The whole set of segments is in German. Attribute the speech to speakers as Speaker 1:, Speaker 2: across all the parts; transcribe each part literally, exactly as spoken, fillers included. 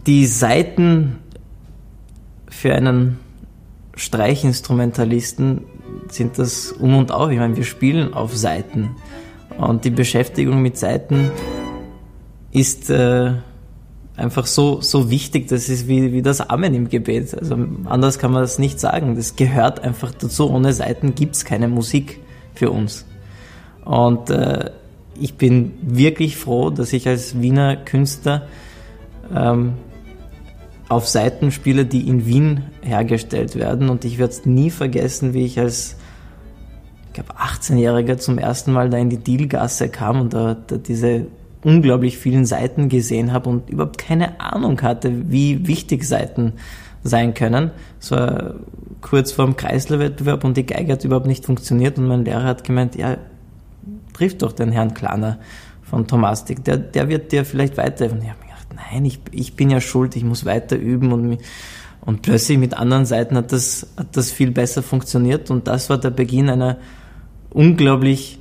Speaker 1: die Saiten für einen Streichinstrumentalisten sind das um und auf. Ich meine, wir spielen auf Saiten und die Beschäftigung mit Saiten ist äh, einfach so so wichtig, das ist wie, wie das Amen im Gebet. Also anders kann man das nicht sagen. Das gehört einfach dazu. Ohne Saiten gibt's keine Musik für uns. Und äh, ich bin wirklich froh, dass ich als Wiener Künstler ähm, auf Saiten spiele, die in Wien hergestellt werden. Und ich werde es nie vergessen, wie ich als ich glaube achtzehnjähriger zum ersten Mal da in die Dielgasse kam und da, da diese unglaublich vielen Saiten gesehen habe und überhaupt keine Ahnung hatte, wie wichtig Saiten sein können. Es war kurz vor dem Kreislerwettbewerb und die Geige hat überhaupt nicht funktioniert und mein Lehrer hat gemeint, ja, triff doch den Herrn Klaner von Thomastik, der, der wird dir vielleicht weiterhelfen. Ich habe mir gedacht, nein, ich, ich bin ja schuld, ich muss weiter üben und, und plötzlich mit anderen Seiten hat das, hat das viel besser funktioniert und das war der Beginn einer unglaublich,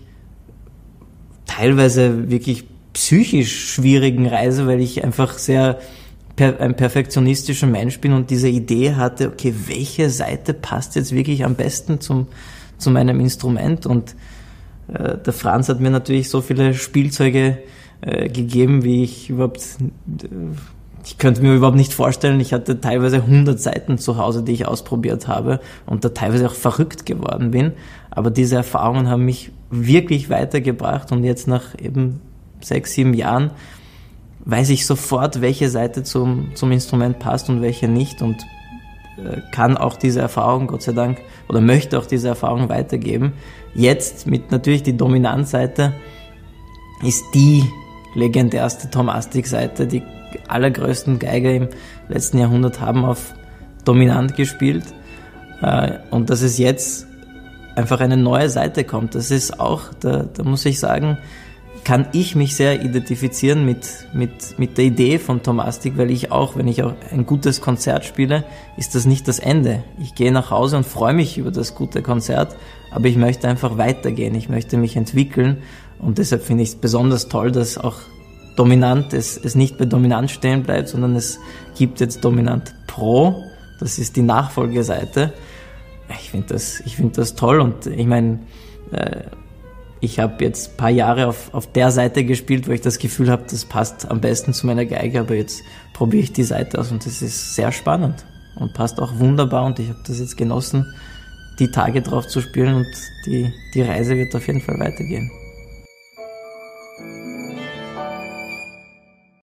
Speaker 1: teilweise wirklich psychisch schwierigen Reise, weil ich einfach sehr per, ein perfektionistischer Mensch bin und diese Idee hatte, okay, welche Seite passt jetzt wirklich am besten zum, zu meinem Instrument und äh, der Franz hat mir natürlich so viele Spielzeuge äh, gegeben, wie ich überhaupt, äh, ich könnte mir überhaupt nicht vorstellen, ich hatte teilweise hundert Seiten zu Hause, die ich ausprobiert habe und da teilweise auch verrückt geworden bin, aber diese Erfahrungen haben mich wirklich weitergebracht und jetzt nach eben sechs, sieben Jahren weiß ich sofort, welche Seite zum, zum Instrument passt und welche nicht und äh, kann auch diese Erfahrung, Gott sei Dank, oder möchte auch diese Erfahrung weitergeben. Jetzt mit natürlich die Dominantseite ist die legendärste Thomastik-Seite. Die allergrößten Geiger im letzten Jahrhundert haben auf Dominant gespielt äh, und dass es jetzt einfach eine neue Seite kommt, das ist auch, da, da muss ich sagen, kann ich mich sehr identifizieren mit, mit, mit der Idee von Thomastik, weil ich auch, wenn ich auch ein gutes Konzert spiele, ist das nicht das Ende. Ich gehe nach Hause und freue mich über das gute Konzert, aber ich möchte einfach weitergehen, ich möchte mich entwickeln und deshalb finde ich es besonders toll, dass auch Dominant, es, es nicht bei Dominant stehen bleibt, sondern es gibt jetzt Dominant Pro, das ist die Nachfolgeseite. Ich finde das, ich finde das toll und ich meine, äh, ich habe jetzt ein paar Jahre auf, auf der Seite gespielt, wo ich das Gefühl habe, das passt am besten zu meiner Geige, aber jetzt probiere ich die Seite aus und das ist sehr spannend und passt auch wunderbar und ich habe das jetzt genossen, die Tage drauf zu spielen und die, die Reise wird auf jeden Fall weitergehen.